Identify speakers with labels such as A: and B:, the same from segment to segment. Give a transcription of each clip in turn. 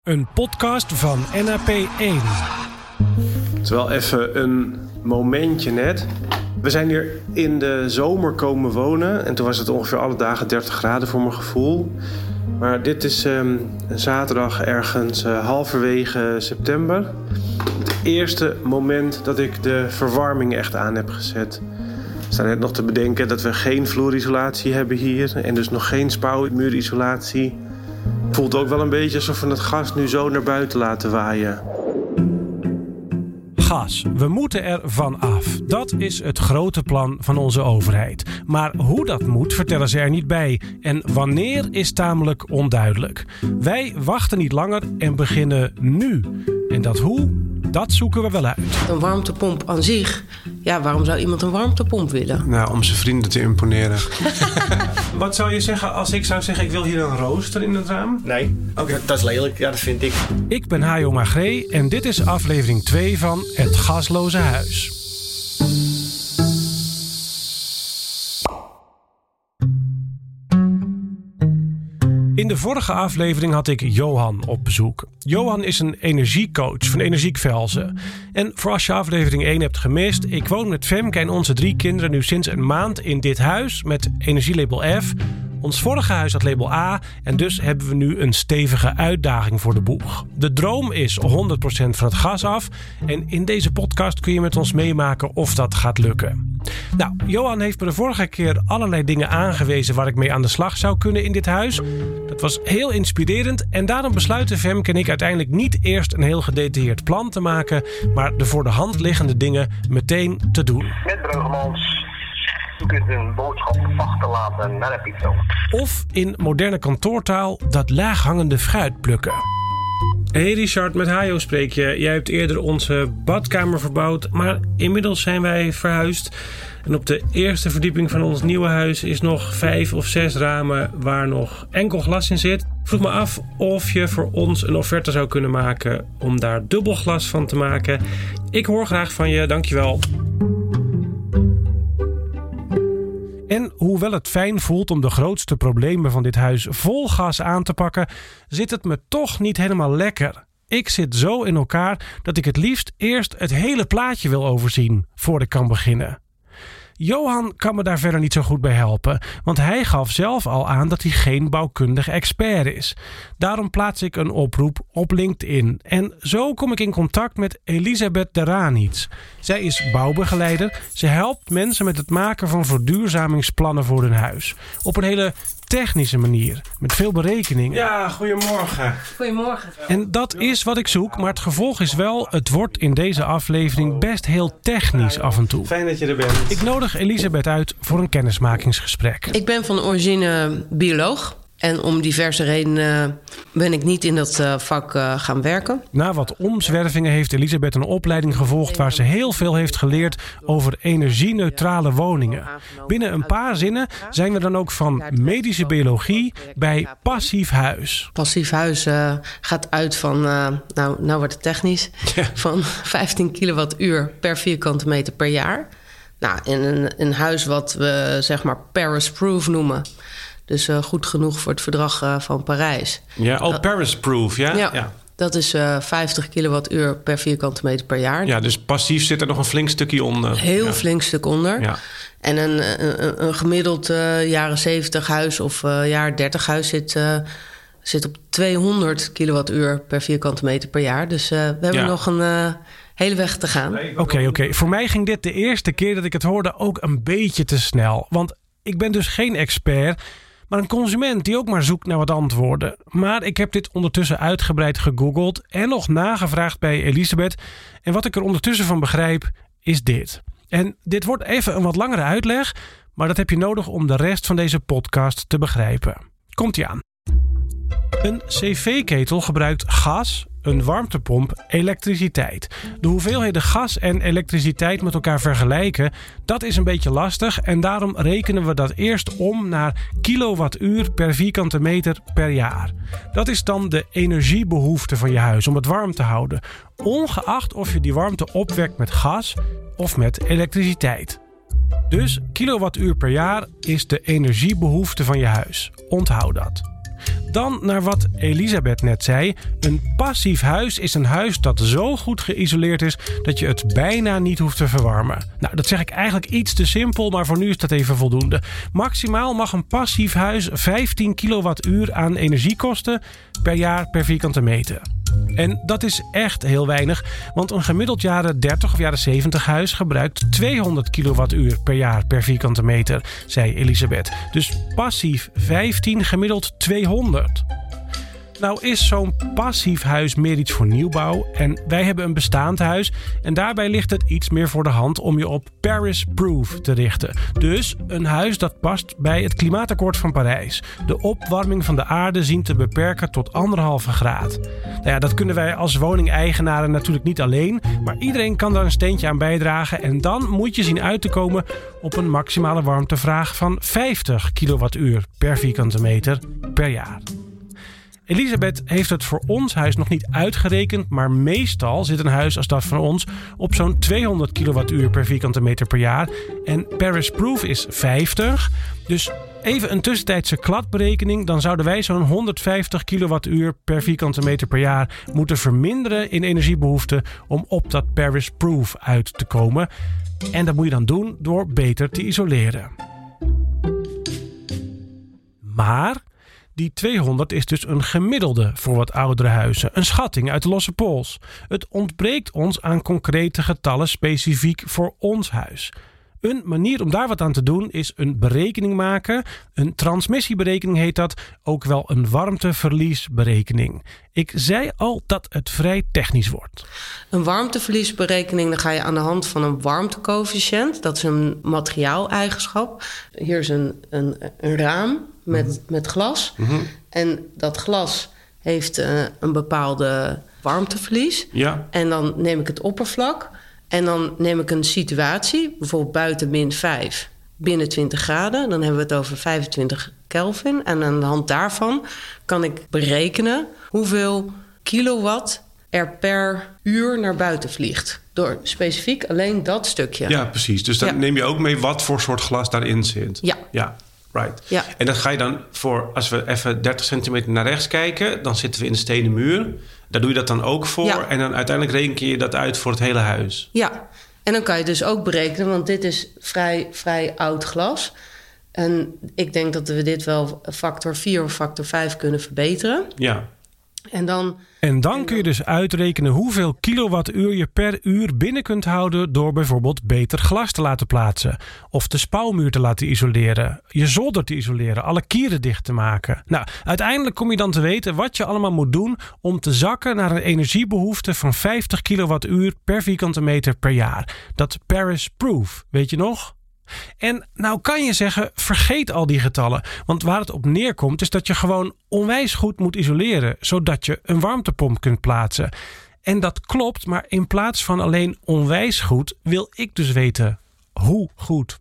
A: Een podcast van NAP1.
B: Terwijl even een momentje net. We zijn hier in de zomer komen wonen. En toen was het ongeveer alle dagen 30 graden voor mijn gevoel. Maar dit is een zaterdag ergens halverwege september. Het eerste moment dat ik de verwarming echt aan heb gezet. We staan net nog te bedenken dat we geen vloerisolatie hebben hier. En dus nog geen spouwmuurisolatie. Het voelt ook wel een beetje alsof we het gas nu zo naar buiten laten waaien.
A: Gas, we moeten er van af. Dat is het grote plan van onze overheid. Maar hoe dat moet, vertellen ze er niet bij. En wanneer is tamelijk onduidelijk. Wij wachten niet langer en beginnen nu. En dat hoe, dat zoeken we wel uit.
C: Een warmtepomp aan zich, ja, waarom zou iemand een warmtepomp willen?
B: Nou, om zijn vrienden te imponeren.
A: Wat zou je zeggen als ik zou zeggen, ik wil hier een rooster in het raam?
D: Nee, dat is lelijk. Ja, dat vind ik.
A: Ik ben Hajo Magree en dit is aflevering 2 van Het Gasloze Huis. In de vorige aflevering had ik Johan op bezoek. Johan is een energiecoach van Energiek Velzen. En voor als je aflevering 1 hebt gemist, ik woon met Femke en onze 3 kinderen nu sinds een maand in dit huis met energielabel F. Ons vorige huis had label A en dus hebben we nu een stevige uitdaging voor de boeg. De droom is 100% van het gas af en in deze podcast kun je met ons meemaken of dat gaat lukken. Nou, Johan heeft me de vorige keer allerlei dingen aangewezen waar ik mee aan de slag zou kunnen in dit huis. Dat was heel inspirerend en daarom besluiten Femke en ik uiteindelijk niet eerst een heel gedetailleerd plan te maken, maar de voor de hand liggende dingen meteen te doen.
E: Met Breugemans. Je kunt een boodschap achterlaten naar de pizza.
A: Of in moderne kantoortaal dat laaghangende fruit plukken. Hey Richard, met Hajo spreek je. Jij hebt eerder onze badkamer verbouwd, maar inmiddels zijn wij verhuisd. En op de eerste verdieping van ons nieuwe huis is nog 5 of 6 ramen waar nog enkel glas in zit. Ik vroeg me af of je voor ons een offerte zou kunnen maken om daar dubbel glas van te maken. Ik hoor graag van je, dankjewel. En hoewel het fijn voelt om de grootste problemen van dit huis vol gas aan te pakken, zit het me toch niet helemaal lekker. Ik zit zo in elkaar dat ik het liefst eerst het hele plaatje wil overzien voordat ik kan beginnen. Johan kan me daar verder niet zo goed bij helpen, want hij gaf zelf al aan dat hij geen bouwkundig expert is. Daarom plaats ik een oproep op LinkedIn en zo kom ik in contact met Elisabeth de Ranitz. Zij is bouwbegeleider, ze helpt mensen met het maken van verduurzamingsplannen voor hun huis. Op een hele technische manier, met veel berekeningen.
B: Ja, goedemorgen.
C: Goedemorgen.
A: En dat is wat ik zoek, maar het gevolg is wel, het wordt in deze aflevering best heel technisch af en toe.
B: Fijn dat je er bent.
A: Ik nodig Elisabeth uit voor een kennismakingsgesprek.
C: Ik ben van origine bioloog. En om diverse redenen ben ik niet in dat vak gaan werken.
A: Na wat omzwervingen heeft Elisabeth een opleiding gevolgd waar ze heel veel heeft geleerd over energie-neutrale woningen. Binnen een paar zinnen zijn we dan ook van medische biologie bij passief huis.
C: Passief huis gaat uit van, nou wordt het technisch, van 15 kilowattuur per vierkante meter per jaar. Nou, in een huis wat we zeg maar Paris-proof noemen. Dus goed genoeg voor het verdrag van Parijs.
B: Ja, Paris-proof, ja?
C: Ja. Dat is 50 kilowattuur per vierkante meter per jaar.
B: Ja, dus passief zit er nog een flink stukje onder.
C: Heel flink stuk onder.
B: Ja.
C: En een gemiddeld jaren 70 huis of jaren 30 huis zit op 200 kilowattuur per vierkante meter per jaar. Dus we hebben nog een hele weg te gaan.
A: Oké. Voor mij ging dit de eerste keer dat ik het hoorde ook een beetje te snel. Want ik ben dus geen expert, maar een consument die ook maar zoekt naar wat antwoorden. Maar ik heb dit ondertussen uitgebreid gegoogeld en nog nagevraagd bij Elisabeth. En wat ik er ondertussen van begrijp, is dit. En dit wordt even een wat langere uitleg, maar dat heb je nodig om de rest van deze podcast te begrijpen. Komt-ie aan. Een cv-ketel gebruikt gas, een warmtepomp, elektriciteit. De hoeveelheden gas en elektriciteit met elkaar vergelijken, dat is een beetje lastig en daarom rekenen we dat eerst om naar kilowattuur per vierkante meter per jaar. Dat is dan de energiebehoefte van je huis om het warm te houden, ongeacht of je die warmte opwekt met gas of met elektriciteit. Dus kilowattuur per jaar is de energiebehoefte van je huis. Onthoud dat. Dan naar wat Elisabeth net zei. Een passief huis is een huis dat zo goed geïsoleerd is dat je het bijna niet hoeft te verwarmen. Nou, dat zeg ik eigenlijk iets te simpel, maar voor nu is dat even voldoende. Maximaal mag een passief huis 15 kilowattuur aan energie kosten per jaar per vierkante meter. En dat is echt heel weinig, want een gemiddeld jaren 30 of jaren 70 huis gebruikt 200 kilowattuur per jaar per vierkante meter, zei Elisabeth. Dus passief 15, gemiddeld 200. Nou is zo'n passief huis meer iets voor nieuwbouw en wij hebben een bestaand huis en daarbij ligt het iets meer voor de hand om je op Paris Proof te richten. Dus een huis dat past bij het klimaatakkoord van Parijs. De opwarming van de aarde zien te beperken tot 1,5 graad. Nou ja, dat kunnen wij als woningeigenaren natuurlijk niet alleen, maar iedereen kan daar een steentje aan bijdragen en dan moet je zien uit te komen op een maximale warmtevraag van 50 kilowattuur per vierkante meter per jaar. Elisabeth heeft het voor ons huis nog niet uitgerekend, maar meestal zit een huis als dat van ons op zo'n 200 kilowattuur per vierkante meter per jaar. En Paris Proof is 50. Dus even een tussentijdse kladberekening, dan zouden wij zo'n 150 kilowattuur per vierkante meter per jaar moeten verminderen in energiebehoefte om op dat Paris Proof uit te komen. En dat moet je dan doen door beter te isoleren. Maar die 200 is dus een gemiddelde voor wat oudere huizen. Een schatting uit de losse pols. Het ontbreekt ons aan concrete getallen specifiek voor ons huis. Een manier om daar wat aan te doen is een berekening maken. Een transmissieberekening heet dat, ook wel een warmteverliesberekening. Ik zei al dat het vrij technisch wordt.
C: Een warmteverliesberekening, dan ga je aan de hand van een warmtecoëfficiënt. Dat is een materiaaleigenschap. Hier is een raam met glas. Mm-hmm. En dat glas heeft een bepaalde warmteverlies. Ja. En dan neem ik het oppervlak. En dan neem ik een situatie, bijvoorbeeld buiten -5, binnen 20 graden. Dan hebben we het over 25 Kelvin. En aan de hand daarvan kan ik berekenen hoeveel kilowatt er per uur naar buiten vliegt. Door specifiek alleen dat stukje.
B: Ja, precies. Dus dan neem je ook mee wat voor soort glas daarin zit. Ja. Right. Ja. En dat ga je dan voor, als we even 30 centimeter naar rechts kijken, dan zitten we in de stenen muur. Daar doe je dat dan ook voor. Ja. En dan uiteindelijk reken je dat uit voor het hele huis.
C: Ja, en dan kan je dus ook berekenen, want dit is vrij oud glas. En ik denk dat we dit wel factor 4 of factor 5 kunnen verbeteren. Ja. En dan kun je dus uitrekenen hoeveel kilowattuur je per uur binnen kunt houden door bijvoorbeeld beter glas te laten plaatsen. Of de spouwmuur te laten isoleren. Je zolder te isoleren. Alle kieren dicht te maken. Nou, uiteindelijk kom je dan te weten wat je allemaal moet doen om te zakken naar een energiebehoefte van 50 kilowattuur per vierkante meter per jaar. Dat Paris Proof, weet je nog? En nou kan je zeggen, vergeet al die getallen. Want waar het op neerkomt is dat je gewoon onwijs goed moet isoleren, zodat je een warmtepomp kunt plaatsen. En dat klopt, maar in plaats van alleen onwijs goed wil ik dus weten hoe goed.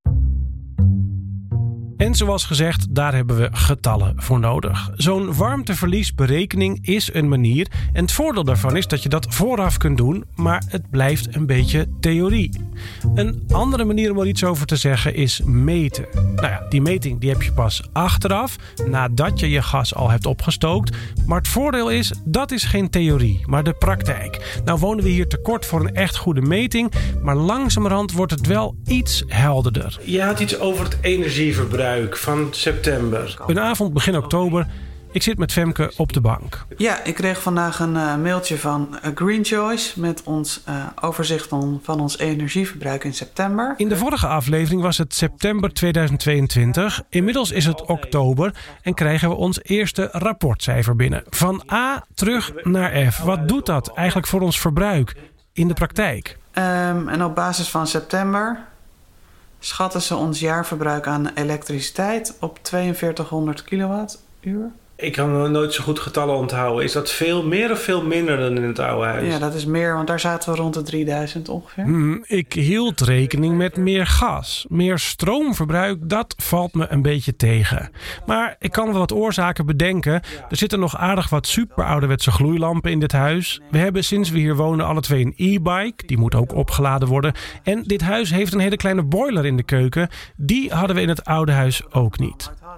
C: En zoals gezegd, daar hebben we getallen voor nodig. Zo'n warmteverliesberekening is een manier. En het voordeel daarvan is dat je dat vooraf kunt doen, maar het blijft een beetje theorie. Een andere manier om er iets over te zeggen is meten. Nou ja, die meting die heb je pas achteraf, nadat je je gas al hebt opgestookt. Maar het voordeel is, dat is geen theorie, maar de praktijk. Nou wonen we hier tekort voor een echt goede meting, maar langzamerhand wordt het wel iets helderder.
B: Je had iets over het energieverbruik van september.
A: Een avond begin oktober. Ik zit met Femke op de bank.
F: Ja, ik kreeg vandaag een mailtje van Green Choice met ons overzicht van ons energieverbruik in september.
A: In de vorige aflevering was het september 2022. Inmiddels is het oktober en krijgen we ons eerste rapportcijfer binnen. Van A terug naar F. Wat doet dat eigenlijk voor ons verbruik in de praktijk?
F: En op basis van september schatten ze ons jaarverbruik aan elektriciteit op 4200 kilowattuur.
B: Ik kan nooit zo goed getallen onthouden. Is dat veel meer of veel minder dan in het oude huis?
F: Ja, dat is meer, want daar zaten we rond de 3000 ongeveer.
A: Ik hield rekening met meer gas. Meer stroomverbruik, dat valt me een beetje tegen. Maar ik kan wel wat oorzaken bedenken. Er zitten nog aardig wat super ouderwetse gloeilampen in dit huis. We hebben sinds we hier wonen alle twee een e-bike. Die moet ook opgeladen worden. En dit huis heeft een hele kleine boiler in de keuken. Die hadden we in het oude huis ook niet.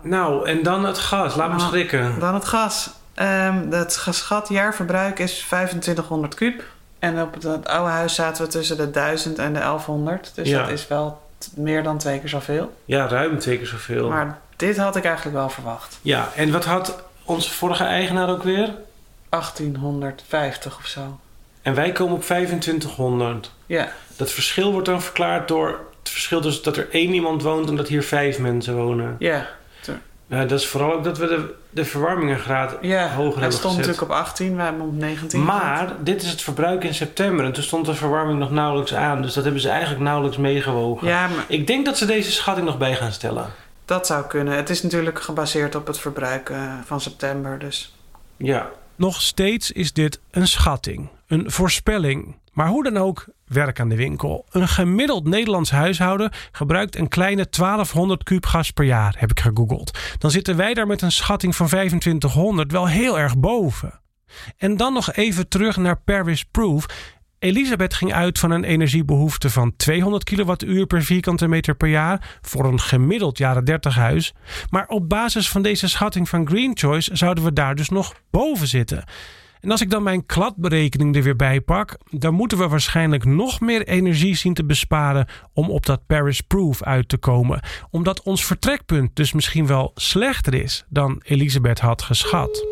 B: Nou, en dan het gas. Laat me schrikken.
F: Dan het gas. Het geschat jaarverbruik is 2500 kuub. En op het oude huis zaten we tussen de 1000 en de 1100. Dus dat is wel meer dan 2 keer zoveel.
B: Ja, ruim 2 keer zoveel.
F: Maar dit had ik eigenlijk wel verwacht.
B: Ja, en wat had onze vorige eigenaar ook weer?
F: 1850 of zo.
B: En wij komen op 2500.
F: Ja.
B: Dat verschil wordt dan verklaard door het verschil dus dat er 1 iemand woont en dat hier 5 mensen wonen.
F: Ja.
B: Dat is vooral ook dat we de verwarmingengraad hoger hebben gezet.
F: Het stond natuurlijk op 18, wij hebben op 19.
B: Maar dit is het verbruik in september en toen stond de verwarming nog nauwelijks aan. Dus dat hebben ze eigenlijk nauwelijks meegewogen. Ja, maar ik denk dat ze deze schatting nog bij gaan stellen.
F: Dat zou kunnen. Het is natuurlijk gebaseerd op het verbruik van september. Dus.
B: Ja.
A: Nog steeds is dit een schatting, een voorspelling. Maar hoe dan ook, werk aan de winkel. Een gemiddeld Nederlands huishouden gebruikt een kleine 1200 kuub gas per jaar, heb ik gegoogeld. Dan zitten wij daar met een schatting van 2500 wel heel erg boven. En dan nog even terug naar Paris Proof. Elisabeth ging uit van een energiebehoefte van 200 kilowattuur per vierkante meter per jaar voor een gemiddeld jaren 30 huis. Maar op basis van deze schatting van Green Choice zouden we daar dus nog boven zitten. En als ik dan mijn kladberekening er weer bij pak, dan moeten we waarschijnlijk nog meer energie zien te besparen om op dat Paris Proof uit te komen. Omdat ons vertrekpunt dus misschien wel slechter is dan Elisabeth had geschat.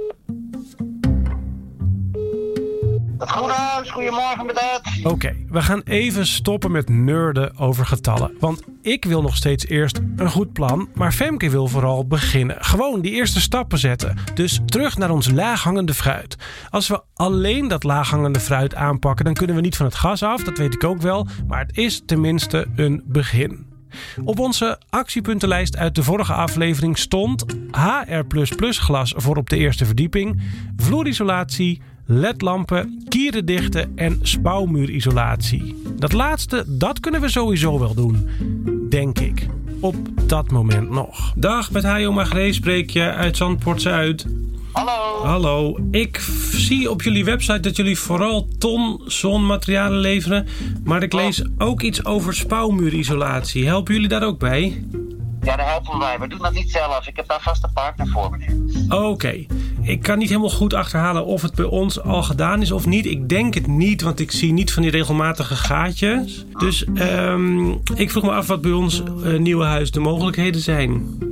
E: Het Groene Huis, goedemorgen met Ed.
A: Oké, we gaan even stoppen met nerden over getallen. Want ik wil nog steeds eerst een goed plan, maar Femke wil vooral beginnen. Gewoon die eerste stappen zetten. Dus terug naar ons laaghangende fruit. Als we alleen dat laaghangende fruit aanpakken, dan kunnen we niet van het gas af, dat weet ik ook wel. Maar het is tenminste een begin. Op onze actiepuntenlijst uit de vorige aflevering stond HR++ glas voor op de eerste verdieping, vloerisolatie, LED-lampen, kierendichten en spouwmuurisolatie. Dat laatste, dat kunnen we sowieso wel doen. Denk ik. Op dat moment nog. Dag, met Hajo Magree spreek je uit Zandpoort Zuid.
E: Hallo.
A: Hallo. Ik zie op jullie website dat jullie vooral zonmaterialen leveren. Maar ik lees ook iets over spouwmuurisolatie. Helpen jullie daar ook bij?
E: Ja, daar helpen wij. We doen dat niet zelf. Ik heb daar vast een partner voor, meneer.
A: Oké. Ik kan niet helemaal goed achterhalen of het bij ons al gedaan is of niet. Ik denk het niet, want ik zie niet van die regelmatige gaatjes. Dus ik vroeg me af wat bij ons nieuwe huis de mogelijkheden zijn.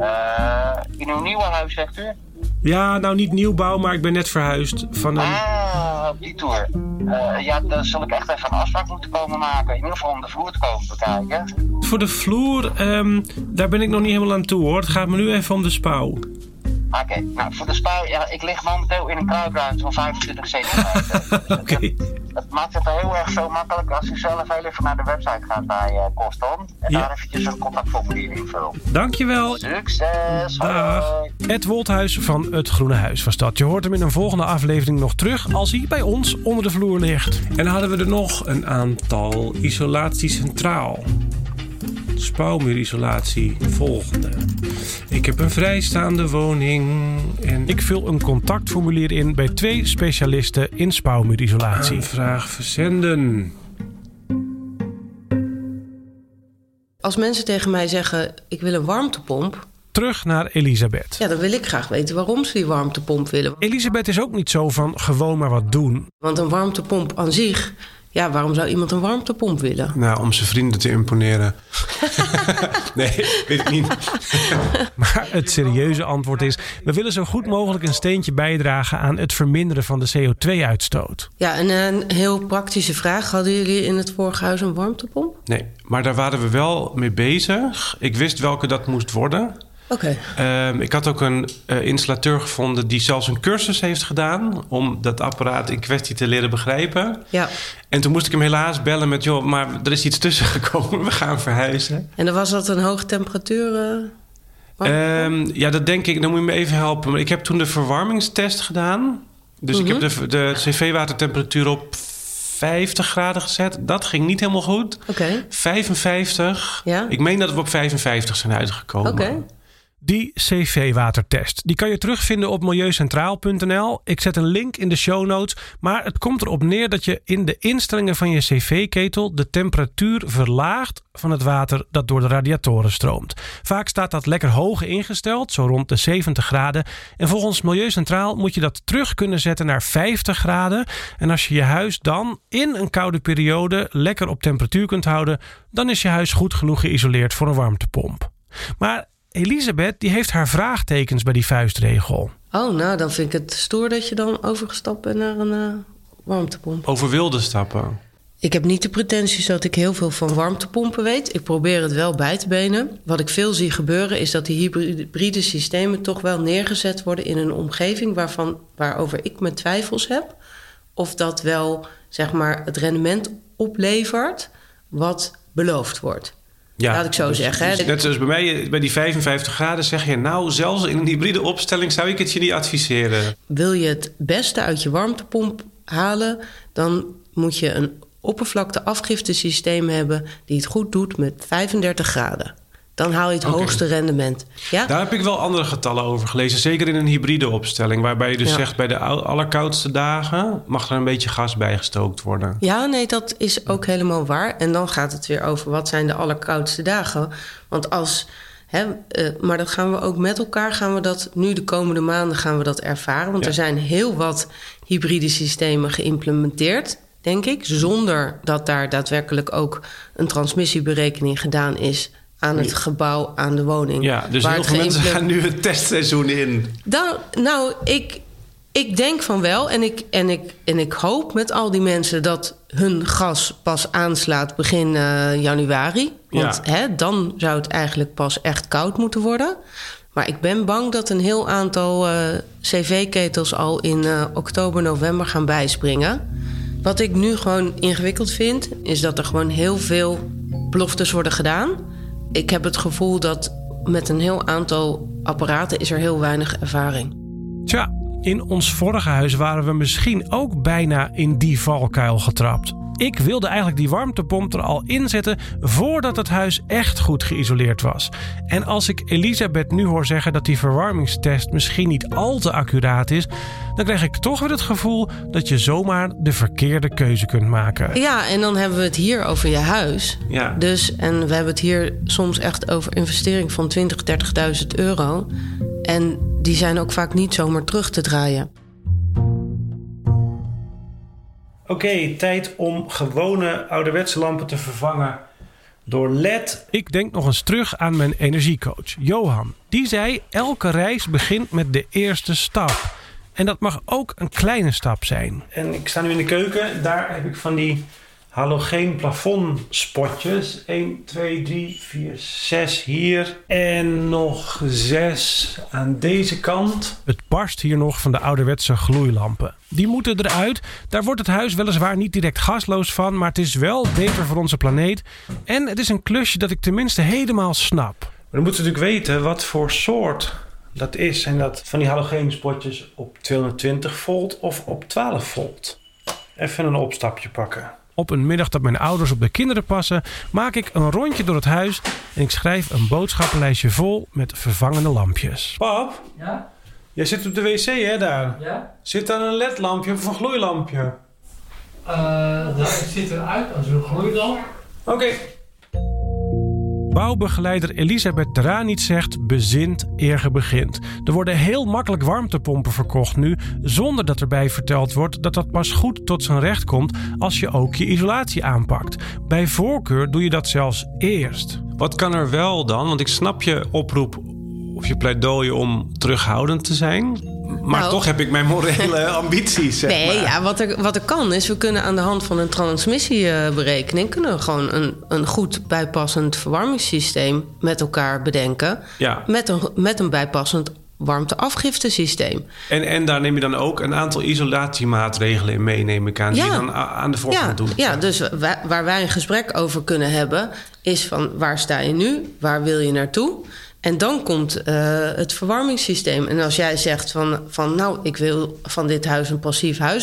E: In uw nieuwe huis, zegt u?
A: Ja, nou niet nieuwbouw, maar ik ben net verhuisd van een...
E: op die tour. Ja, dan zul ik echt even een afspraak moeten komen maken. In ieder geval om de vloer te komen bekijken.
A: Voor de vloer, daar ben ik nog niet helemaal aan toe hoor. Het gaat me nu even om de spouw.
E: Oké, nou voor de spouw, ja, ik lig momenteel in een kruipruimte van 25 centimeter.
A: Oké.
E: Dat maakt het heel erg zo makkelijk als u zelf heel even naar de website gaat bij Coston. En daar eventjes een contactformulier invullen.
A: Dankjewel.
E: Succes.
A: Dag. Ed Wolthuis van Het Groene Huis was dat. Je hoort hem in een volgende aflevering nog terug als hij bij ons onder de vloer ligt. En dan hadden we er nog een aantal. Isolatie centraal. Spouwmuurisolatie, volgende. Ik heb een vrijstaande woning en ik vul een contactformulier in bij 2 specialisten in spouwmuurisolatie. Aanvraag verzenden.
C: Als mensen tegen mij zeggen, ik wil een warmtepomp,
A: Terug naar Elisabeth.
C: ja, dan wil ik graag weten waarom ze die warmtepomp willen.
A: Elisabeth is ook niet zo van gewoon maar wat doen.
C: Want een warmtepomp aan zich, ja, waarom zou iemand een warmtepomp willen?
B: Nou, om zijn vrienden te imponeren. Nee, weet ik niet.
A: Maar het serieuze antwoord is, we willen zo goed mogelijk een steentje bijdragen aan het verminderen van de CO2-uitstoot.
C: Ja, en een heel praktische vraag. Hadden jullie in het vorige huis een warmtepomp?
B: Nee, maar daar waren we wel mee bezig. Ik wist welke dat moest worden.
C: Oké.
B: Ik had ook een installateur gevonden die zelfs een cursus heeft gedaan om dat apparaat in kwestie te leren begrijpen.
C: Ja.
B: En toen moest ik hem helaas bellen met, joh, maar er is iets tussen gekomen, we gaan verhuizen.
C: En dan was dat een hoge temperatuur?
B: Ja, dat denk ik. Dan moet je me even helpen. Maar ik heb toen de verwarmingstest gedaan. Dus ik heb de cv-watertemperatuur op 50 graden gezet. Dat ging niet helemaal goed.
C: Oké.
B: 55.
C: Ja?
B: Ik meen dat we op 55 zijn uitgekomen.
C: Oké.
A: Die cv-watertest. Die kan je terugvinden op milieucentraal.nl. Ik zet een link in de show notes. Maar het komt erop neer dat je in de instellingen van je cv-ketel de temperatuur verlaagt van het water dat door de radiatoren stroomt. Vaak staat dat lekker hoog ingesteld, zo rond de 70 graden. En volgens Milieucentraal moet je dat terug kunnen zetten naar 50 graden. En als je je huis dan in een koude periode lekker op temperatuur kunt houden, dan is je huis goed genoeg geïsoleerd voor een warmtepomp. Maar Elisabeth die heeft haar vraagtekens bij die vuistregel.
C: Oh, nou, dan vind ik het stoer dat je dan overgestapt bent naar een warmtepomp.
B: Over wilde stappen.
C: Ik heb niet de pretenties dat ik heel veel van warmtepompen weet. Ik probeer het wel bij te benen. Wat ik veel zie gebeuren is dat die hybride systemen toch wel neergezet worden in een omgeving waarover ik mijn twijfels heb. Of dat wel, zeg maar, het rendement oplevert wat beloofd wordt.
B: Ja,
C: laat ik zo zeggen. Hè.
B: Net zoals bij mij, bij die 55 graden zeg je, nou, zelfs in een hybride opstelling zou ik het je niet adviseren.
C: Wil je het beste uit je warmtepomp halen, dan moet je een oppervlakteafgiftesysteem hebben die het goed doet met 35 graden. Dan haal je het hoogste rendement. Ja?
B: Daar heb ik wel andere getallen over gelezen. Zeker in een hybride opstelling. Waarbij je dus zegt, bij de allerkoudste dagen mag er een beetje gas bijgestookt worden.
C: Ja, nee, dat is ook helemaal waar. En dan gaat het weer over wat zijn de allerkoudste dagen. Want maar dat gaan we ook met elkaar, nu de komende maanden gaan we dat ervaren. Want er zijn heel wat hybride systemen geïmplementeerd, denk ik. Zonder dat daar daadwerkelijk ook een transmissieberekening gedaan is aan het gebouw, aan de woning.
B: Ja, dus heel veel mensen gaan nu het testseizoen in.
C: Ik denk van wel. En ik hoop met al die mensen dat hun gas pas aanslaat begin januari. Want dan zou het eigenlijk pas echt koud moeten worden. Maar ik ben bang dat een heel aantal cv-ketels al in oktober, november gaan bijspringen. Wat ik nu gewoon ingewikkeld vind, is dat er gewoon heel veel beloftes worden gedaan. Ik heb het gevoel dat met een heel aantal apparaten is er heel weinig ervaring.
A: Tja, in ons vorige huis waren we misschien ook bijna in die valkuil getrapt. Ik wilde eigenlijk die warmtepomp er al in zetten voordat het huis echt goed geïsoleerd was. En als ik Elisabeth nu hoor zeggen dat die verwarmingstest misschien niet al te accuraat is, dan krijg ik toch weer het gevoel dat je zomaar de verkeerde keuze kunt maken.
C: Ja, en dan hebben we het hier over je huis.
B: Ja.
C: En we hebben het hier soms echt over investering van 20.000, 30.000 euro. En die zijn ook vaak niet zomaar terug te draaien.
A: Oké, tijd om gewone ouderwetse lampen te vervangen door LED. Ik denk nog eens terug aan mijn energiecoach, Johan. Die zei, elke reis begint met de eerste stap. En dat mag ook een kleine stap zijn. En ik sta nu in de keuken. Daar heb ik van die halogeen plafondspotjes. 1, 2, 3, 4, 6 hier. En nog 6 aan deze kant. Het barst hier nog van de ouderwetse gloeilampen. Die moeten eruit. Daar wordt het huis weliswaar niet direct gasloos van. Maar het is wel beter voor onze planeet. En het is een klusje dat ik tenminste helemaal snap. Maar dan moeten we natuurlijk weten wat voor soort dat is. Zijn dat van die halogeenspotjes op 220 volt of op 12 volt? Even een opstapje pakken. Op een middag dat mijn ouders op de kinderen passen, maak ik een rondje door het huis en ik schrijf een boodschappenlijstje vol met vervangende lampjes. Pap?
G: Ja?
A: Jij zit op de wc, hè, daar?
G: Ja?
A: Zit daar een ledlampje of een gloeilampje?
G: Het ziet eruit als een gloeilamp.
A: Oké. Bouwbegeleider Elisabeth Teraniet zegt, bezint eer ge begint. Er worden heel makkelijk warmtepompen verkocht nu, zonder dat erbij verteld wordt dat dat pas goed tot zijn recht komt als je ook je isolatie aanpakt. Bij voorkeur doe je dat zelfs eerst. Wat kan er wel dan? Want ik snap je oproep of je pleidooi om terughoudend te zijn. Maar toch heb ik mijn morele ambities, zeg maar.
C: Ja, wat er kan is, we kunnen aan de hand van een transmissieberekening kunnen we gewoon een goed bijpassend verwarmingssysteem met elkaar bedenken.
B: Ja.
C: Met een bijpassend warmteafgiftesysteem.
B: En daar neem je dan ook een aantal isolatiemaatregelen in mee, neem ik aan, die je dan aan de voorkant doet.
C: Ja, dus waar wij een gesprek over kunnen hebben, is van waar sta je nu? Waar wil je naartoe? En dan komt het verwarmingssysteem. En als jij zegt van nou, ik wil van dit huis een passief huis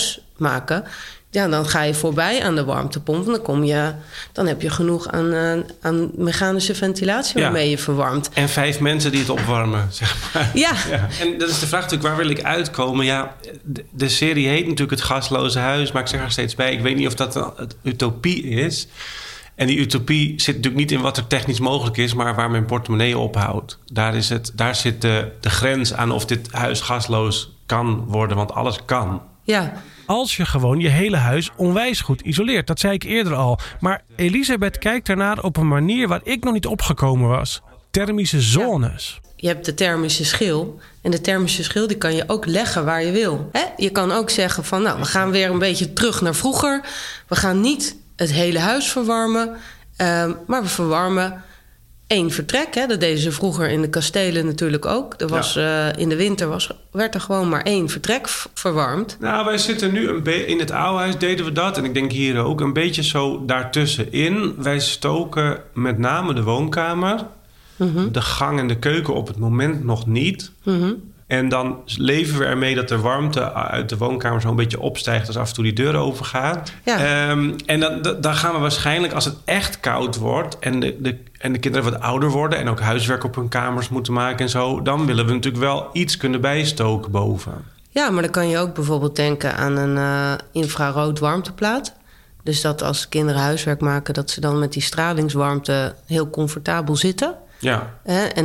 C: maken... Ja, dan ga je voorbij aan de warmtepomp. Dan heb je genoeg aan mechanische ventilatie waarmee je verwarmt.
B: En 5 mensen die het opwarmen, zeg maar.
C: Ja.
B: En dat is de vraag natuurlijk, waar wil ik uitkomen? Ja, de serie heet natuurlijk Het Gasloze Huis. Maar ik zeg er steeds bij, ik weet niet of dat een utopie is. En die utopie zit natuurlijk niet in wat er technisch mogelijk is... maar waar mijn portemonnee ophoudt. Daar zit de grens aan of dit huis gasloos kan worden. Want alles kan.
C: Ja.
A: Als je gewoon je hele huis onwijs goed isoleert. Dat zei ik eerder al. Maar Elisabeth kijkt ernaar op een manier waar ik nog niet opgekomen was. Thermische zones.
C: Ja. Je hebt de thermische schil. En de thermische schil die kan je ook leggen waar je wil. Je kan ook zeggen van we gaan weer een beetje terug naar vroeger. We gaan niet het hele huis verwarmen. Maar we verwarmen 1 vertrek. Dat deden ze vroeger in de kastelen natuurlijk ook. In de winter werd er gewoon maar 1 vertrek verwarmd.
B: Nou, wij zitten nu in het oude huis deden we dat. En ik denk hier ook een beetje zo daartussenin. Wij stoken met name de woonkamer. De gang en de keuken op het moment nog niet. En dan leven we ermee dat de warmte uit de woonkamer zo'n beetje opstijgt... als af en toe die deur open gaat. Ja. En dan gaan we waarschijnlijk, als het echt koud wordt... en de kinderen wat ouder worden... en ook huiswerk op hun kamers moeten maken en zo... dan willen we natuurlijk wel iets kunnen bijstoken boven.
C: Ja, maar dan kan je ook bijvoorbeeld denken aan een infrarood warmteplaat. Dus dat als kinderen huiswerk maken... dat ze dan met die stralingswarmte heel comfortabel zitten...
B: Ja.
C: En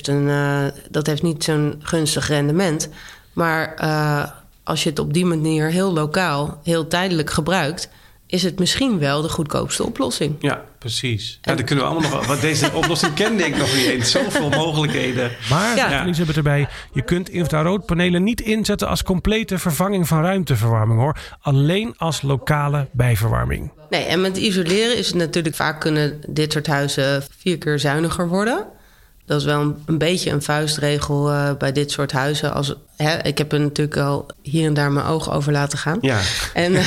C: dat heeft niet zo'n gunstig rendement. Maar als je het op die manier heel lokaal, heel tijdelijk gebruikt... is het misschien wel de goedkoopste oplossing.
B: Ja, precies. Dan kunnen we allemaal nog... Want deze oplossing kende ik nog niet eens. Zoveel mogelijkheden.
A: Maar, Elisabeth erbij, je kunt infraroodpanelen niet inzetten... als complete vervanging van ruimteverwarming, hoor. Alleen als lokale bijverwarming.
C: Nee, en met isoleren is het natuurlijk... vaak kunnen dit soort huizen 4 keer zuiniger worden. Dat is wel een beetje een vuistregel bij dit soort huizen. Ik heb er natuurlijk al hier en daar mijn ogen over laten gaan.
B: Ja.
C: En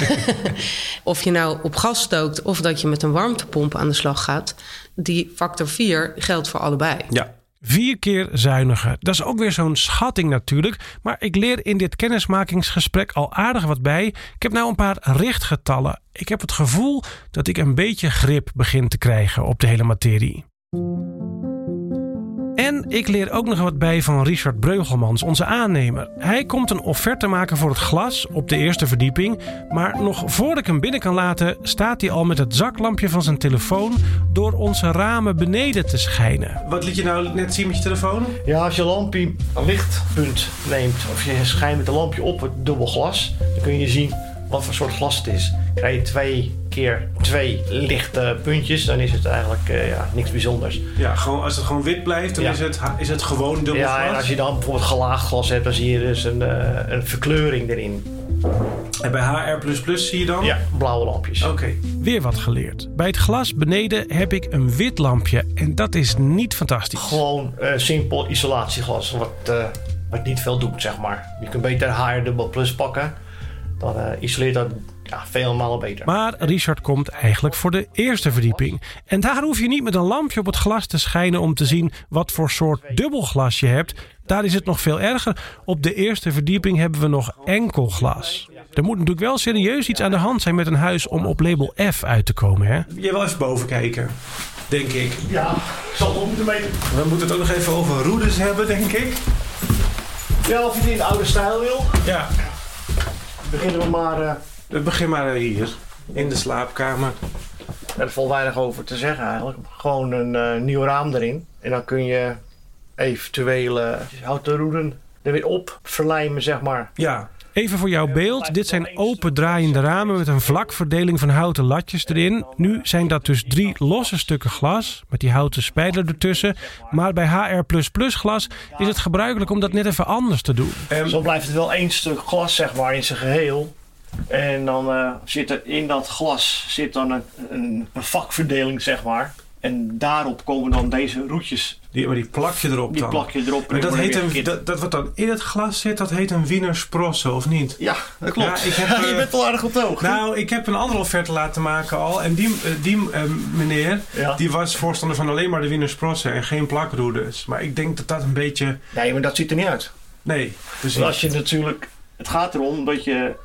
C: of je nou op gas stookt of dat je met een warmtepomp aan de slag gaat... die factor 4 geldt voor allebei.
B: Ja.
A: 4 keer zuiniger. Dat is ook weer zo'n schatting natuurlijk. Maar ik leer in dit kennismakingsgesprek al aardig wat bij. Ik heb nou een paar richtgetallen. Ik heb het gevoel dat ik een beetje grip begin te krijgen op de hele materie. En ik leer ook nog wat bij van Richard Breugelmans, onze aannemer. Hij komt een offerte maken voor het glas op de eerste verdieping. Maar nog voor ik hem binnen kan laten, staat hij al met het zaklampje van zijn telefoon door onze ramen beneden te schijnen.
B: Wat liet je nou net zien met je telefoon?
D: Ja, als je lampje een lichtpunt neemt of je schijnt met een lampje op het dubbel glas, dan kun je zien wat voor soort glas het is. Krijg je 2 keer 2 lichte puntjes, dan is het eigenlijk niks bijzonders.
B: Ja, gewoon, als het gewoon wit blijft, dan is het gewoon dubbel glas.
D: Ja, en als je dan bijvoorbeeld gelaagd glas hebt, dan zie je dus een verkleuring erin.
B: En bij HR++ zie je dan?
D: Ja, blauwe lampjes.
B: Oké.
A: Weer wat geleerd. Bij het glas beneden heb ik een wit lampje en dat is niet fantastisch.
D: Gewoon simpel isolatieglas, wat niet veel doet, zeg maar. Je kunt beter HR++ pakken. Dan isoleert dat veel malen beter.
A: Maar Richard komt eigenlijk voor de eerste verdieping. En daar hoef je niet met een lampje op het glas te schijnen om te zien wat voor soort dubbelglas je hebt. Daar is het nog veel erger. Op de eerste verdieping hebben we nog enkel glas. Er moet natuurlijk wel serieus iets aan de hand zijn met een huis om op label F uit te komen, hè?
B: Je wil even boven kijken, denk ik.
D: Ja, ik zal het op moeten meten.
B: We moeten het ook nog even over roedes hebben, denk ik.
D: Ja, of je het in de oude stijl wil.
B: Ja.
D: Beginnen we maar...
B: We beginnen maar hier, in de slaapkamer.
D: Er valt weinig over te zeggen eigenlijk. Gewoon een nieuw raam erin. En dan kun je eventuele houten roeden er weer op verlijmen, zeg maar.
B: Ja.
A: Even voor jouw beeld. Dit zijn open draaiende ramen met een vlakverdeling van houten latjes erin. Nu zijn dat dus 3 losse stukken glas met die houten spijler ertussen. Maar bij HR++ glas is het gebruikelijk om dat net even anders te doen.
D: Zo blijft het wel 1 stuk glas, zeg maar, in zijn geheel. En dan zit er in dat glas dan een vakverdeling, zeg maar. En daarop komen dan deze roetjes.
B: Die plak je erop dan?
D: Die plak je erop.
B: Maar dat wat dan in het glas zit, dat heet een Wiener Sprosse, of niet?
D: Ja, dat klopt.
B: Ja,
D: je bent wel erg op de hoogte.
B: Nou, ik heb een andere offerte laten maken al. En die meneer, die was voorstander van alleen maar de Wiener Sprosse en geen plakroedes. Maar ik denk dat een beetje...
D: Nee, maar dat ziet er niet uit.
B: Nee, precies.
D: Als je natuurlijk... Het gaat erom dat je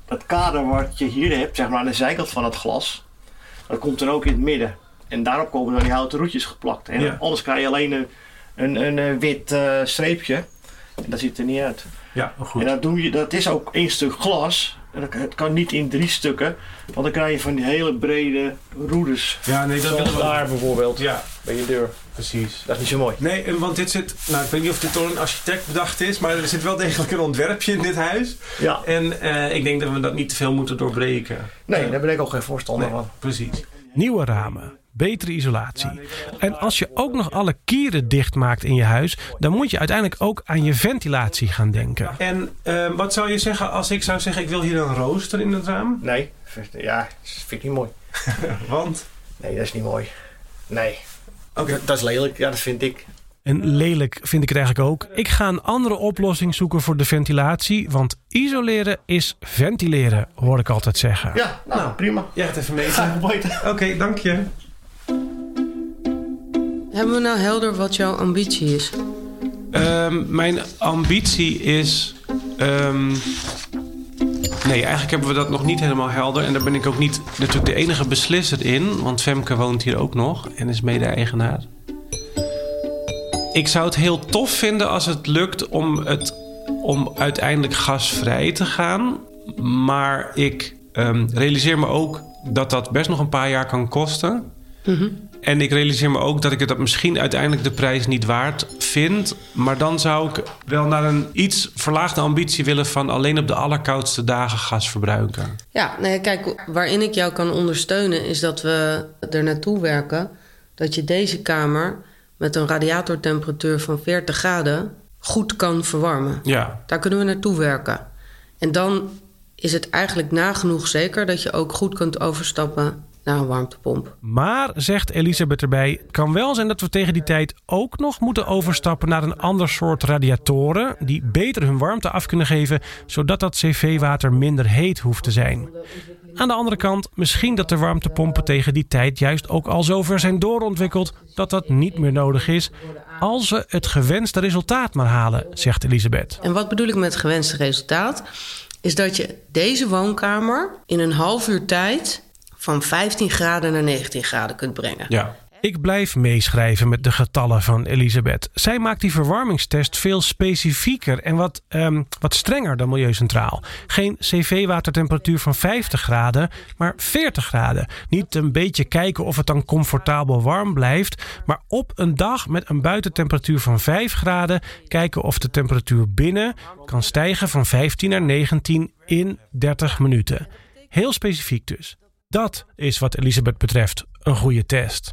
D: dat kader wat je hier hebt, zeg maar aan de zijkant van het glas, dat komt dan ook in het midden. En daarop komen dan die houten roetjes geplakt. En anders krijg je alleen een wit streepje. En dat ziet er niet uit.
B: Ja, goed.
D: En dat is ook 1 stuk glas. En het kan niet in 3 stukken. Want dan krijg je van die hele brede roeders.
B: Ja, nee, dat
D: willen we daar bijvoorbeeld.
B: Ja,
D: bij je deur.
B: Precies.
D: Dat is niet zo mooi.
B: Nee, want dit zit... Nou, ik weet niet of dit door een architect bedacht is, maar er zit wel degelijk een ontwerpje in dit huis.
D: Ja.
B: En ik denk dat we dat niet te veel moeten doorbreken.
D: Nee, daar ben ik ook geen voorstander van.
B: Precies.
A: Nieuwe ramen, betere isolatie. En als je ook nog alle kieren dicht maakt in je huis, dan moet je uiteindelijk ook aan je ventilatie gaan denken.
B: En wat zou je zeggen als ik zou zeggen, ik wil hier een rooster in het raam?
D: Nee, dat vind ik niet mooi.
B: Want?
D: Nee, dat is niet mooi. Nee.
B: Okay.
D: Dat is lelijk, ja, dat vind ik.
A: En lelijk vind ik het eigenlijk ook. Ik ga een andere oplossing zoeken voor de ventilatie, want isoleren is ventileren, hoor ik altijd zeggen.
D: Ja, nou prima.
B: Jij gaat even meten. Oké, dank je.
C: Hebben we nou helder wat jouw ambitie is?
B: Mijn ambitie is... Nee, eigenlijk hebben we dat nog niet helemaal helder. En daar ben ik ook niet natuurlijk de enige beslisser in. Want Femke woont hier ook nog en is mede-eigenaar. Ik zou het heel tof vinden als het lukt om uiteindelijk gasvrij te gaan. Maar ik realiseer me ook dat dat best nog een paar jaar kan kosten. Mm-hmm. En ik realiseer me ook dat ik het misschien uiteindelijk de prijs niet waard vind. Maar dan zou ik wel naar een iets verlaagde ambitie willen van alleen op de allerkoudste dagen gas verbruiken.
C: Ja, nee, kijk, waarin ik jou kan ondersteunen is dat we er naartoe werken dat je deze kamer met een radiatortemperatuur van 40 graden goed kan verwarmen.
B: Ja.
C: Daar kunnen we naartoe werken. En dan is het eigenlijk nagenoeg zeker dat je ook goed kunt overstappen naar een warmtepomp.
A: Maar, zegt Elisabeth erbij, het kan wel zijn dat we tegen die tijd ook nog moeten overstappen naar een ander soort radiatoren die beter hun warmte af kunnen geven, zodat dat cv-water minder heet hoeft te zijn. Aan de andere kant, misschien dat de warmtepompen tegen die tijd juist ook al zover zijn doorontwikkeld dat dat niet meer nodig is, als we het gewenste resultaat maar halen, zegt Elisabeth.
C: En wat bedoel ik met het gewenste resultaat? Is dat je deze woonkamer in een half uur tijd van 15 graden naar 19 graden kunt brengen.
B: Ja.
A: Ik blijf meeschrijven met de getallen van Elisabeth. Zij maakt die verwarmingstest veel specifieker en wat strenger dan Milieucentraal. Geen cv-watertemperatuur van 50 graden, maar 40 graden. Niet een beetje kijken of het dan comfortabel warm blijft, maar op een dag met een buitentemperatuur van 5 graden kijken of de temperatuur binnen kan stijgen van 15 naar 19 in 30 minuten. Heel specifiek dus. Dat is wat Elisabeth betreft een goede test.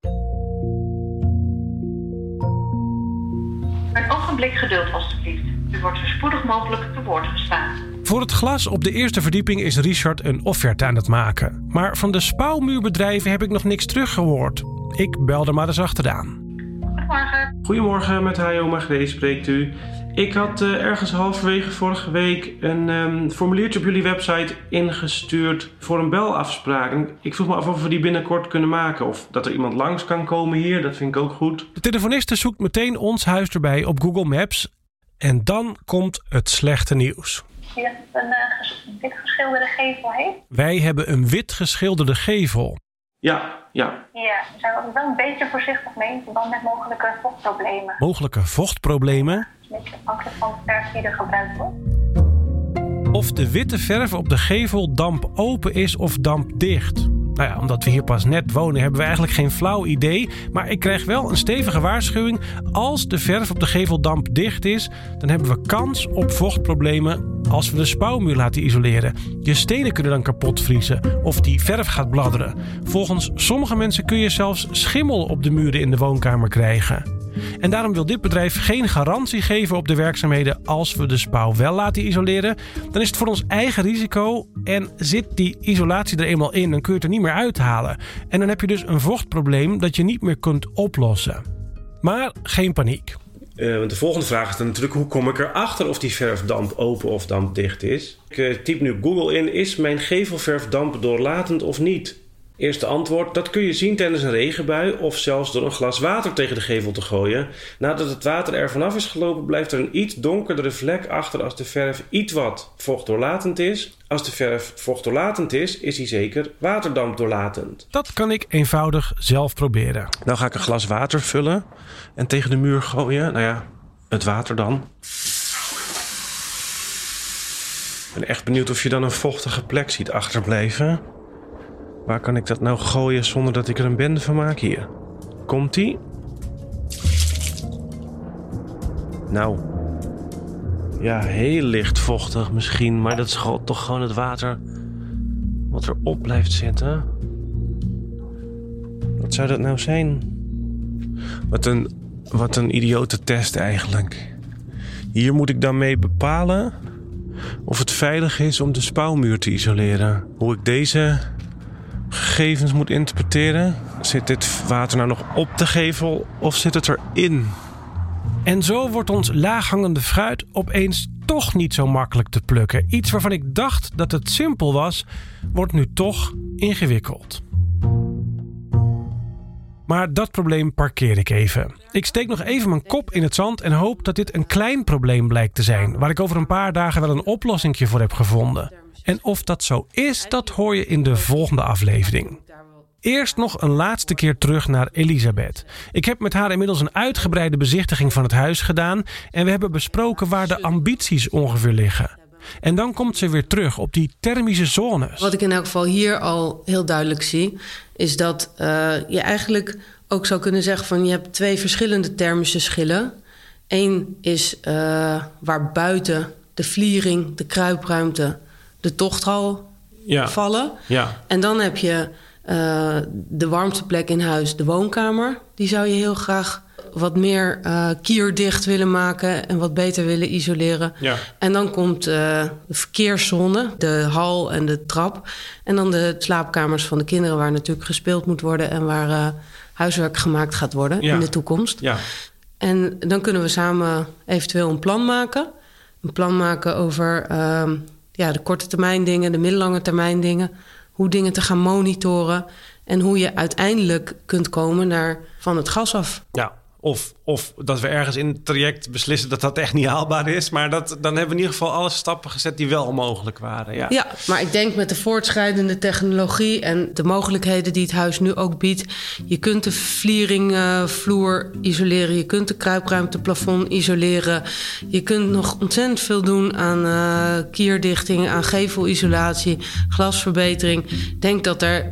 H: Een ogenblik geduld alstublieft. U wordt zo spoedig mogelijk te woord gestaan.
A: Voor het glas op de eerste verdieping is Richard een offerte aan het maken. Maar van de spouwmuurbedrijven heb ik nog niks teruggehoord. Ik bel er maar eens achteraan.
H: Goedemorgen.
B: Goedemorgen, met Hajo Magree spreekt u. Ik had ergens halverwege vorige week een formuliertje op jullie website ingestuurd voor een belafspraak. Ik vroeg me af of we die binnenkort kunnen maken. Of dat er iemand langs kan komen hier, dat vind ik ook goed.
A: De telefoniste zoekt meteen ons huis erbij op Google Maps. En dan komt het slechte nieuws.
H: Je hebt een wit geschilderde gevel heeft?
A: Wij hebben een wit geschilderde gevel.
B: Ja.
H: Ja, zijn we wel een beetje voorzichtig mee in verband met mogelijke vochtproblemen.
A: Mogelijke vochtproblemen?
H: Het is een beetje afhankelijk van de verf die er gebruikt wordt.
A: Of de witte verf op de gevel dampopen is of dampdicht. Nou ja, omdat we hier pas net wonen hebben we eigenlijk geen flauw idee. Maar ik krijg wel een stevige waarschuwing. Als de verf op de gevel dampdicht is, dan hebben we kans op vochtproblemen als we de spouwmuur laten isoleren. Je stenen kunnen dan kapot vriezen of die verf gaat bladderen. Volgens sommige mensen kun je zelfs schimmel op de muren in de woonkamer krijgen. En daarom wil dit bedrijf geen garantie geven op de werkzaamheden als we de spouw wel laten isoleren. Dan is het voor ons eigen risico en zit die isolatie er eenmaal in, dan kun je het er niet meer uithalen. En dan heb je dus een vochtprobleem dat je niet meer kunt oplossen. Maar geen paniek.
B: Want de volgende vraag is dan natuurlijk, hoe kom ik erachter of die verf damp open of dampdicht is? Ik typ nu op Google in, is mijn gevelverf dampdoorlatend of niet? Eerste antwoord, dat kun je zien tijdens een regenbui of zelfs door een glas water tegen de gevel te gooien. Nadat het water er vanaf is gelopen, blijft er een iets donkerdere vlek achter als de verf iets wat vochtdoorlatend is. Als de verf vochtdoorlatend is hij zeker waterdampdoorlatend.
A: Dat kan ik eenvoudig zelf proberen.
B: Nou ga ik een glas water vullen en tegen de muur gooien. Nou ja, het water dan. Ik ben echt benieuwd of je dan een vochtige plek ziet achterblijven. Waar kan ik dat nou gooien zonder dat ik er een bende van maak? Hier. Komt-ie? Nou. Ja, heel licht vochtig misschien. Maar dat is toch gewoon het water wat erop blijft zitten. Wat zou dat nou zijn? Wat een idiote test eigenlijk. Hier moet ik dan mee bepalen of het veilig is om de spouwmuur te isoleren. Hoe ik deze gegevens moet interpreteren. Zit dit water nou nog op de gevel of zit het erin?
A: En zo wordt ons laaghangende fruit opeens toch niet zo makkelijk te plukken. Iets waarvan ik dacht dat het simpel was, wordt nu toch ingewikkeld. Maar dat probleem parkeer ik even. Ik steek nog even mijn kop in het zand en hoop dat dit een klein probleem blijkt te zijn, waar ik over een paar dagen wel een oplossing voor heb gevonden. En of dat zo is, dat hoor je in de volgende aflevering. Eerst nog een laatste keer terug naar Elisabeth. Ik heb met haar inmiddels een uitgebreide bezichtiging van het huis gedaan en we hebben besproken waar de ambities ongeveer liggen. En dan komt ze weer terug op die thermische zones.
C: Wat ik in elk geval hier al heel duidelijk zie, is dat je eigenlijk ook zou kunnen zeggen van je hebt 2 verschillende thermische schillen. Eén is waar buiten de vliering, de kruipruimte, de tochthal vallen. Ja. En dan heb je de warmteplek in huis, de woonkamer. Die zou je heel graag wat meer kierdicht willen maken en wat beter willen isoleren. Ja. En dan komt de verkeerszone, de hal en de trap. En dan de slaapkamers van de kinderen waar natuurlijk gespeeld moet worden en waar huiswerk gemaakt gaat worden in de toekomst. Ja. En dan kunnen we samen eventueel een plan maken. Een plan maken over de korte termijn dingen, de middellange termijn dingen. Hoe dingen te gaan monitoren en hoe je uiteindelijk kunt komen naar van het gas af.
B: Ja, of dat we ergens in het traject beslissen dat dat echt niet haalbaar is. Maar dan hebben we in ieder geval alle stappen gezet die wel mogelijk waren.
C: Ja, maar ik denk met de voortschrijdende technologie en de mogelijkheden die het huis nu ook biedt. Je kunt de vlieringvloer isoleren. Je kunt de kruipruimteplafond isoleren. Je kunt nog ontzettend veel doen aan kierdichting, aan gevelisolatie, glasverbetering. Ik denk dat er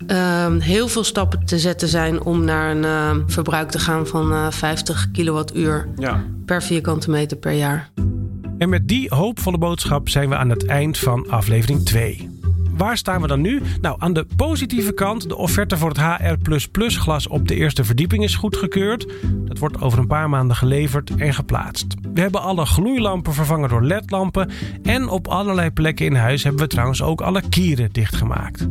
C: heel veel stappen te zetten zijn om naar een verbruik te gaan van 50 kilowattuur per vierkante meter per jaar.
A: En met die hoopvolle boodschap zijn we aan het eind van aflevering 2. Waar staan we dan nu? Nou, aan de positieve kant, de offerte voor het HR++ glas op de eerste verdieping is goedgekeurd. Dat wordt over een paar maanden geleverd en geplaatst. We hebben alle gloeilampen vervangen door LED-lampen en op allerlei plekken in huis hebben we trouwens ook alle kieren dichtgemaakt.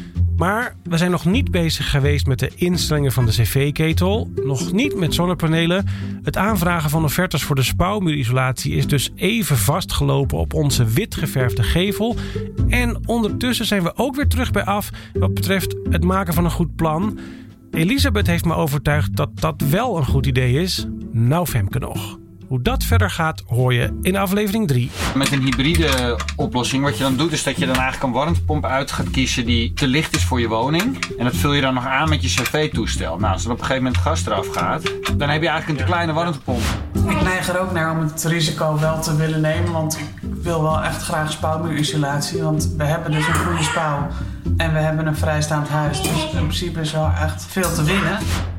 A: Maar we zijn nog niet bezig geweest met de instellingen van de cv-ketel. Nog niet met zonnepanelen. Het aanvragen van offertes voor de spouwmuurisolatie is dus even vastgelopen op onze wit geverfde gevel. En ondertussen zijn we ook weer terug bij af wat betreft het maken van een goed plan. Elisabeth heeft me overtuigd dat dat wel een goed idee is. Nou, Femke nog. Hoe dat verder gaat, hoor je in aflevering 3.
I: Met een hybride oplossing, wat je dan doet, is dat je dan eigenlijk een warmtepomp uit gaat kiezen die te licht is voor je woning. En dat vul je dan nog aan met je cv-toestel. Nou, als er op een gegeven moment het gas eraf gaat, dan heb je eigenlijk een te kleine warmtepomp.
F: Ik neig er ook naar om het risico wel te willen nemen, want ik wil wel echt graag spouwmuurisolatie. Want we hebben dus een goede spouw en we hebben een vrijstaand huis. Dus in principe is wel echt veel te winnen.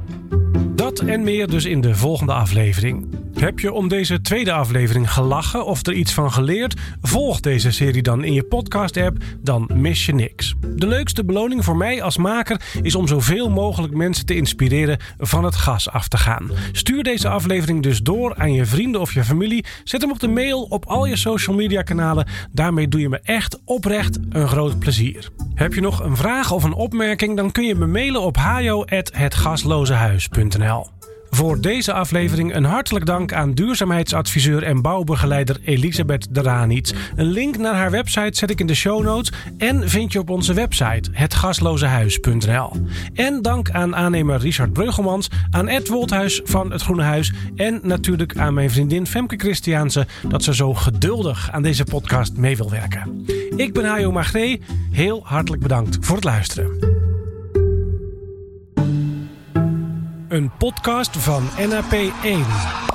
A: Dat en meer dus in de volgende aflevering. Heb je om deze tweede aflevering gelachen of er iets van geleerd? Volg deze serie dan in je podcast-app, dan mis je niks. De leukste beloning voor mij als maker is om zoveel mogelijk mensen te inspireren van het gas af te gaan. Stuur deze aflevering dus door aan je vrienden of je familie. Zet hem op de mail op al je social media kanalen. Daarmee doe je me echt oprecht een groot plezier. Heb je nog een vraag of een opmerking? Dan kun je me mailen op hajo@hetgaslozehuis.nl. Voor deze aflevering een hartelijk dank aan duurzaamheidsadviseur en bouwbegeleider Elisabeth de Ranitz. Een link naar haar website zet ik in de show notes en vind je op onze website hetgaslozehuis.nl. En dank aan aannemer Richard Breugelmans, aan Ed Wolthuis van Het Groene Huis en natuurlijk aan mijn vriendin Femke Christiaanse dat ze zo geduldig aan deze podcast mee wil werken. Ik ben Hajo Magree. Heel hartelijk bedankt voor het luisteren. Een podcast van NAP1.